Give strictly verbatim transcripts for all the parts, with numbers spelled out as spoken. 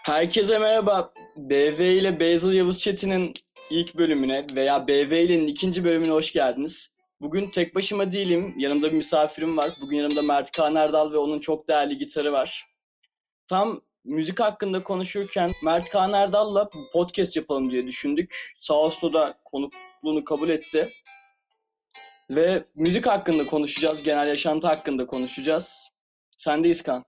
Herkese merhaba. B V ile Basil Yavuz Çetin'in ilk bölümüne veya B V ile'nin ikinci bölümüne hoş geldiniz. Bugün tek başıma değilim. Yanımda bir misafirim var. Bugün yanımda Mert Kaan Erdal ve onun çok değerli gitarı var. Tam müzik hakkında konuşurken Mert Kaan Erdal'la podcast yapalım diye düşündük. Sağ olsun o da konukluğunu kabul etti. Ve müzik hakkında konuşacağız. Genel yaşantı hakkında konuşacağız. Sendeyiz Kaan.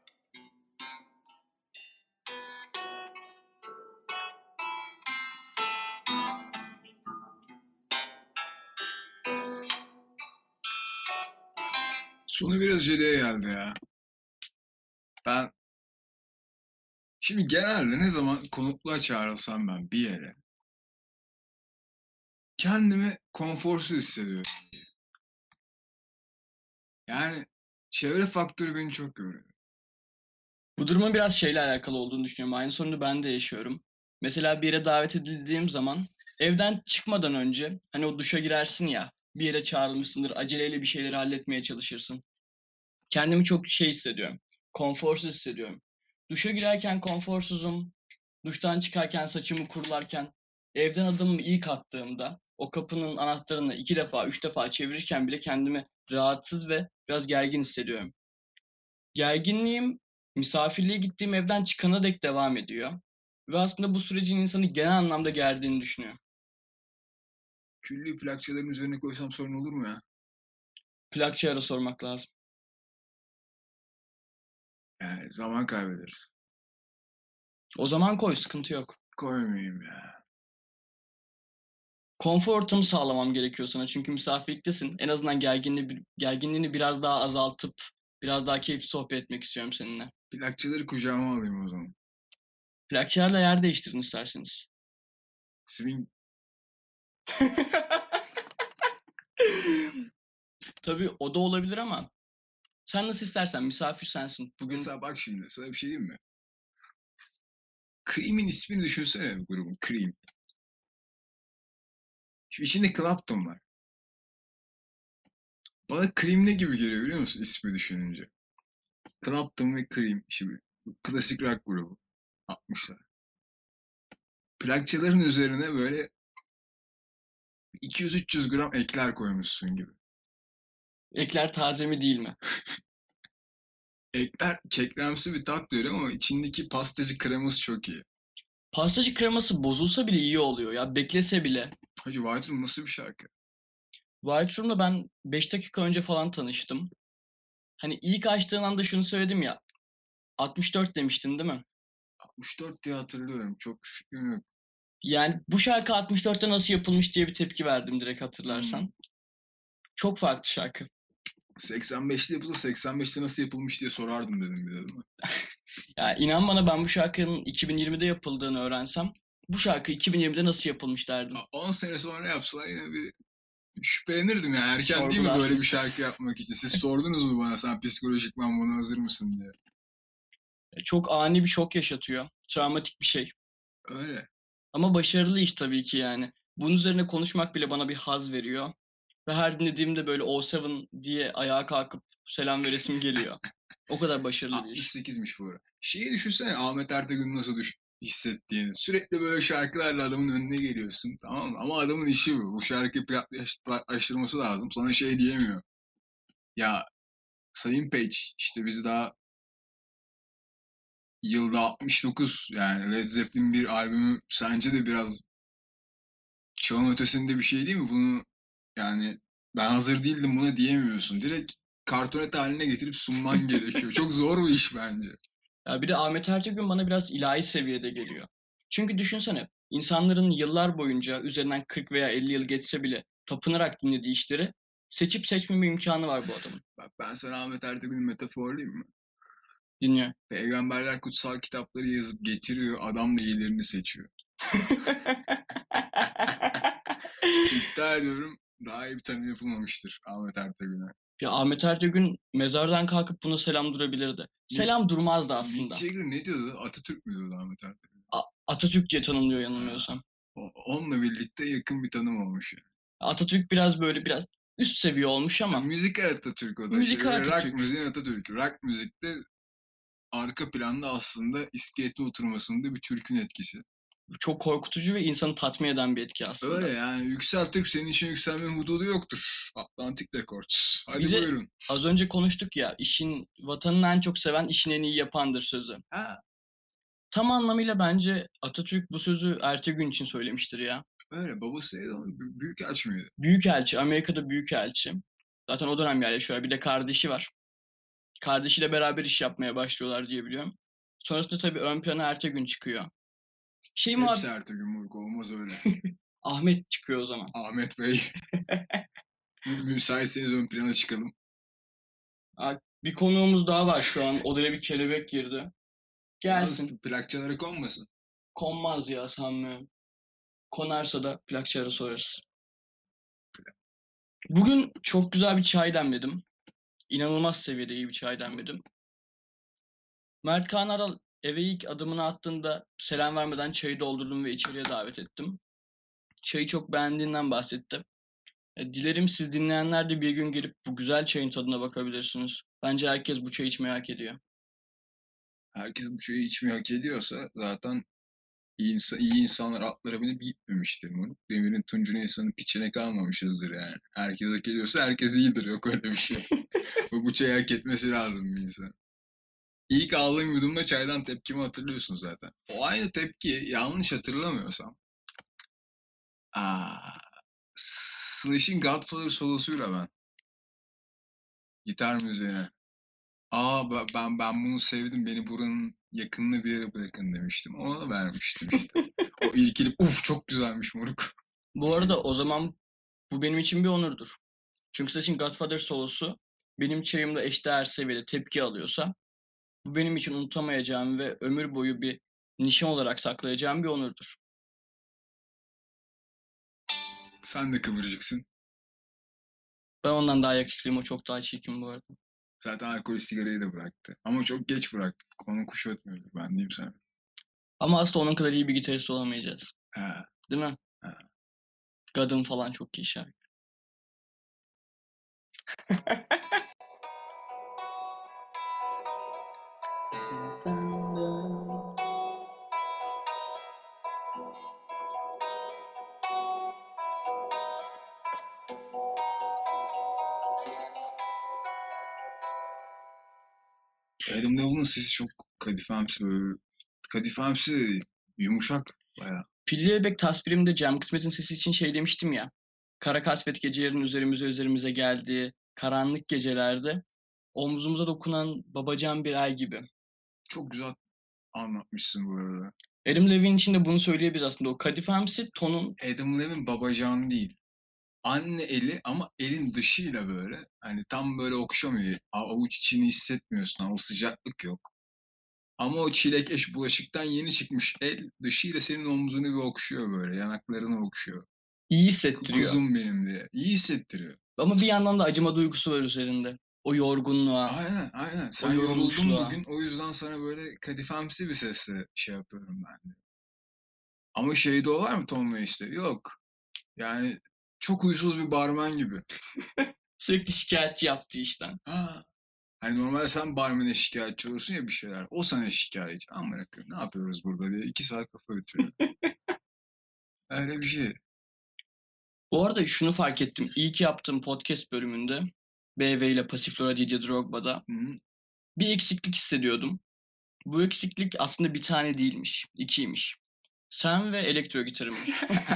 Sonu biraz jeliye geldi ya. Ben şimdi genelde ne zaman konukluğa çağrılsam ben bir yere kendimi konforsuz hissediyorum. Yani çevre faktörü beni çok yoruyor. Bu durumun biraz şeyle alakalı olduğunu düşünüyorum. Aynı sorunu ben de yaşıyorum. Mesela bir yere davet edildiğim zaman evden çıkmadan önce hani o duşa girersin ya, bir yere çağrılmışsındır, aceleyle bir şeyleri halletmeye çalışırsın. Kendimi çok şey hissediyorum. Konforsuz hissediyorum. Duşa girerken konforsuzum. Duştan çıkarken saçımı kurularken, evden adımımı ilk attığımda o kapının anahtarını iki defa, üç defa çevirirken bile kendimi rahatsız ve biraz gergin hissediyorum. Gerginliğim misafirliğe gittiğim evden çıkana dek devam ediyor. Ve aslında bu sürecin insanı genel anlamda gerdiğini düşünüyorum. Küllü plakçaların üzerine koysam sorun olur mu ya? Plakçıya ara sormak lazım. Yani zaman kaybederiz. O zaman koy, sıkıntı yok. Koymayayım ya. Konfor ortamı sağlamam gerekiyor sana çünkü misafirliktesin. En azından gerginliğini, gerginliğini biraz daha azaltıp biraz daha keyifli sohbet etmek istiyorum seninle. Plakçaları kucağıma alayım o zaman. Plakçılarla yer değiştirin isterseniz. Swing Tabii o da olabilir ama sen nasıl istersen, misafir sensin. Bugün mesela bak şimdi sana bir şey diyeyim mi? Cream'in ismini düşünsene bu grubun. Cream. Şimdi içinde Clapton var. Bana Cream ne gibi geliyor biliyor musun ismi düşününce? Clapton ve Cream. Şimdi klasik rock grubu. altmışlar. Plakçaların üzerine böyle iki yüz üç yüz gram ekler koymuşsun gibi. ekler taze mi değil mi? Ekler kekremsi bir tat veriyor ama içindeki pastacı kreması çok iyi. Pastacı kreması bozulsa bile iyi oluyor ya. Beklese bile. Hacı White Room nasıl bir şarkı? White Room'la ben beş dakika önce falan tanıştım. Hani ilk açtığın anda şunu söyledim ya. altmış dört demiştin değil mi? altmış dört diye hatırlıyorum. Çok fikrim yok. Yani bu şarkı altmış dörtte nasıl yapılmış diye bir tepki verdim direkt hatırlarsan. Hmm. Çok farklı şarkı. seksen beşte yapılsa seksen beşte nasıl yapılmış diye sorardım dedim bir de değil mi? Ya inan bana ben bu şarkının iki bin yirmide yapıldığını öğrensem bu şarkı iki bin yirmide nasıl yapılmış derdim. on sene sonra yapsalar yine bir şüphelenirdim ya. Erken değil mi böyle Sorgularsın. bir şarkı yapmak için? Siz sordunuz mu bana sen psikolojikman buna hazır mısın diye? Çok ani bir şok yaşatıyor. Travmatik bir şey. Öyle. Ama başarılı iş tabii ki yani. Bunun üzerine konuşmak bile bana bir haz veriyor. Ve her dinlediğimde böyle O Seven diye ayağa kalkıp selam veresim geliyor. O kadar başarılı bir iş. altmış sekizmiş bu ara. Şeyi düşünsene Ahmet Ertegün'ün nasıl düş hissettiğini. Sürekli böyle şarkılarla adamın önüne geliyorsun, tamam mı? Ama adamın işi bu. Bu şarkıyı platlaştırması lazım. Sana şey diyemiyor. Ya Sayın Page işte biz daha yılda altmış dokuz yani Led Zeppelin bir albümü sence de biraz çağın ötesinde bir şey değil mi? Bunu yani ben hazır değildim buna diyemiyorsun. Direkt kartonet haline getirip sunman gerekiyor. Çok zor bir iş bence. Ya bir de Ahmet Ertegün bana biraz ilahi seviyede geliyor. Çünkü düşünsene insanların yıllar boyunca üzerinden kırk veya elli yıl geçse bile tapınarak dinlediği işleri seçip seçmeme imkanı var bu adamın. Bak ben sana Ahmet Ertegün'ün metaforlayayım mı? Dinliyor. Peygamberler kutsal kitapları yazıp getiriyor, adam da iyilerini seçiyor. İddia ediyorum daha iyi bir tanım yapılmamıştır Ahmet Ertegün'e. Ya Ahmet Ertegün mezardan kalkıp buna selam durabilirdi. Ni- Selam durmazdı Mick aslında. Jagger ne diyordu? Atatürk mü diyordu Ahmet Ertegün? A- Atatürk diye tanımlıyor Ha, yanılmıyorsam. o- onunla birlikte yakın bir tanım olmuş yani. Atatürk biraz böyle biraz üst seviye olmuş Ya, ama müzikal Atatürk o da işte. müzikal Böyle rock Atatürk. müziğin Atatürk'ü. Rock müzikte arka planda aslında iskelete oturmasında bir türkün etkisi. Çok korkutucu ve insanı tatmin eden bir etki aslında. Öyle yani Yüksel Türk senin için yükselmenin hududu yoktur. Atlantic Records. Hadi Bir de buyurun. az önce konuştuk ya, işin vatanını en çok seven işin en iyi yapandır sözü. Ha, Tam anlamıyla bence Atatürk bu sözü Ertegün için söylemiştir ya. öyle babası neydi onun? Bü- Büyükelçi miydi? Büyükelçi, Amerika'da büyükelçi. Zaten o dönem yerleşiyor. Bir de kardeşi var. Kardeşiyle beraber iş yapmaya başlıyorlar diye biliyorum. Sonrasında tabii ön plana Ertegün çıkıyor. Şey mi abi? Hepsi Ertegün Moruk olmaz öyle. Ahmet çıkıyor o zaman. Ahmet Bey. Mü- Müsaitseniz ön plana çıkalım. Aa, bir konuğumuz daha var şu an. Odaya bir kelebek girdi. Yalnız Gelsin. plakçalara konmasın. Konmaz ya sanmıyorum. Konarsa da plakçılara sorarız. Bugün çok güzel bir çay demledim. İnanılmaz seviyede iyi bir çay demledim. Mert Kaan Aral eve ilk adımını attığında selam vermeden çayı doldurdum ve içeriye davet ettim. Çayı çok beğendiğinden bahsetti. E, Dilerim siz dinleyenler de bir gün gelip bu güzel çayın tadına bakabilirsiniz. Bence herkes bu çayı içmeyi hak ediyor. Herkes bu çayı içmeyi hak ediyorsa zaten iyi, insan, iyi insanlar atlara binip gitmemiştir. Moruk. Demirin tuncunu insanın piçine kalmamışızdır yani. Herkes hak ediyorsa herkes iyidir. Yok öyle bir şey. Bu, bu çayı hak etmesi lazım bir insan. İlk aldığım yudumda çaydan tepkimi hatırlıyorsun zaten. O aynı tepki yanlış hatırlamıyorsam. Aa, Slash'in Godfather solosuyla ben. Gitar müziğine. Aa ba- ben ben bunu sevdim. Beni buranın yakınına bir yere bırakın demiştim. Ona da vermiştim işte. O ilkili uf çok güzelmiş moruk. Bu arada o zaman bu benim için bir onurdur. Çünkü Slash'in Godfather solosu benim çayımla eşdeğer seviyede tepki alıyorsa bu benim için unutamayacağım ve ömür boyu bir nişan olarak saklayacağım bir onurdur. Sen de kıvırcıksın. Ben ondan daha yakışıklıyım, o çok daha çirkin bu arada. Zaten alkol sigarayı da bıraktı. Ama çok geç bıraktı. Konu kuş ötmüyordur ben diyeyim sana. Ama asla onun kadar iyi bir gitarist olamayacağız. Ha, Değil mi? ha. Kadın falan çok iyi şarkı. Adam Level'ın sesi çok kadifemsi böyle. Kadifemsi de değil. Yumuşak bayağı. Pilli Bebek tasvirimde Cem Kısmet'in sesi için şey demiştim ya. Kara kasvet gecelerin üzerimize üzerimize geldiği karanlık gecelerde omzumuza dokunan babacan bir el gibi. Çok güzel anlatmışsın bu arada. Adam Levine için de bunu söyleyebiliriz aslında. O kadifemsi tonun Adam Levine babacan değil. Anne eli ama elin dışıyla böyle. Hani tam böyle okşamıyor. Avuç içini hissetmiyorsun. O sıcaklık yok. Ama o çilekeş bulaşıktan yeni çıkmış el dışıyla senin omzunu bir okşuyor böyle. Yanaklarını okşuyor. iyi hissettiriyor. Kuzum benim diye. İyi hissettiriyor. Ama bir yandan da acıma duygusu var üzerinde. O yorgunluğa. Aynen aynen. Sen O yoruldun yorulmuşluğa. bugün. O yüzden sana böyle kadifemsi bir sesle şey yapıyorum ben de. Ama şeyde o var mı Tom Waits'te? Yok. Yani çok huysuz bir barman gibi. Sürekli şikayetçi yaptığı işten. Ha. Hani normalde sen barmene şikayetçi olursun ya bir şeyler. O sana şikayetçi. Amına koyayım ne yapıyoruz burada diye iki saat kafa götürüyor. Öyle bir şey. Bu arada şunu fark ettim. İlk yaptığım podcast bölümünde B V ile Pasiflora Didier Drogba'da Hı. bir eksiklik hissediyordum. Bu eksiklik aslında bir tane değilmiş, ikiymiş. Sen ve elektro gitarımmış.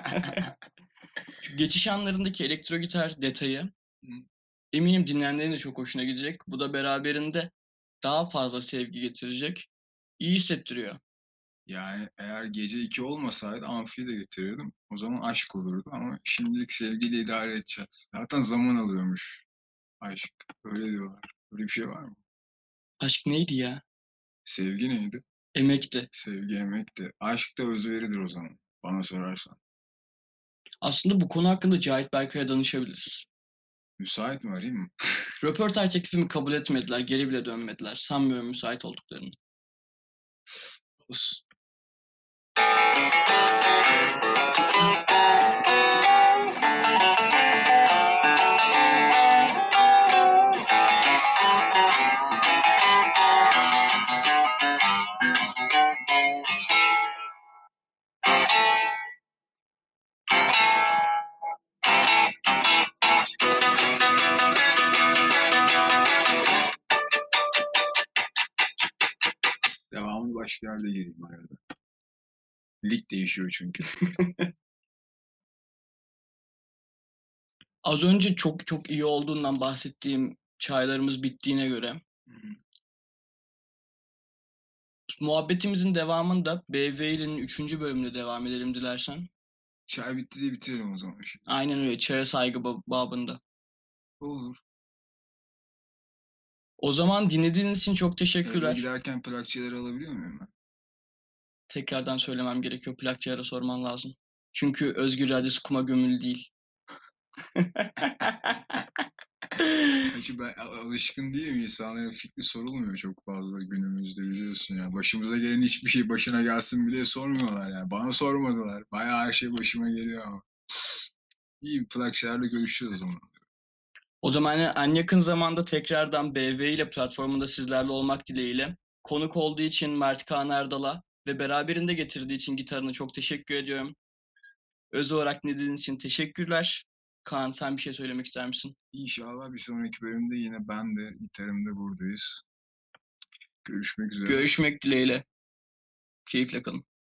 Şu geçiş anlarındaki elektro gitar detayı Hı. eminim dinleyenlerin de çok hoşuna gidecek. Bu da beraberinde daha fazla sevgi getirecek. İyi hissettiriyor. Yani eğer gece iki olmasaydı amfiyi de getirirdim. O zaman aşk olurdu ama şimdilik sevgiyle idare edeceğiz. Zaten zaman alıyormuş aşk. Öyle diyorlar. Öyle bir şey var mı? Aşk neydi ya? Sevgi neydi? Emekti. Sevgi emekti. Aşk da özveridir o zaman. Bana sorarsan. Aslında bu konu hakkında Cahit Berkay'a danışabiliriz. Müsait mi arayayım mı? Röportaj teklifimi kabul etmediler, geri bile dönmediler. Sanmıyorum müsait olduklarını. Olsun. başka yerde gireyim arada. Lig değişiyor çünkü. Az önce çok çok iyi olduğundan bahsettiğim çaylarımız bittiğine göre Hı hı. muhabbetimizin devamında B V L'nin üçüncü bölümüne devam edelim dilersen. Çay bitti diye bitirelim o zaman şimdi. Aynen öyle. Çaya saygı ba- babında. Olur. O zaman dinlediğiniz için çok Eve teşekkürler. giderken plakçeleri alabiliyor muyum ben? Tekrardan söylemem gerekiyor. Plakçılara sorman lazım. Çünkü özgür iradesi kuma gömülü değil. Gerçi ben a- alışkın değilim. İnsanların fikri sorulmuyor çok fazla günümüzde biliyorsun ya. Başımıza gelen hiçbir şey başına gelsin bile sormuyorlar yani. Bana sormadılar. Bayağı her şey başıma geliyor ama. İyi plakçılarla görüşürüz o zaman. O zaman en yakın zamanda tekrardan B V ile platformunda sizlerle olmak dileğiyle. Konuk olduğu için Mert Kaan Erdal'a ve beraberinde getirdiği için gitarını çok teşekkür ediyorum. Öz olarak dinlediğiniz için teşekkürler. Kaan, sen bir şey söylemek ister misin? İnşallah bir sonraki bölümde yine ben de gitarımda buradayız. Görüşmek üzere. Görüşmek dileğiyle. Keyifle kalın.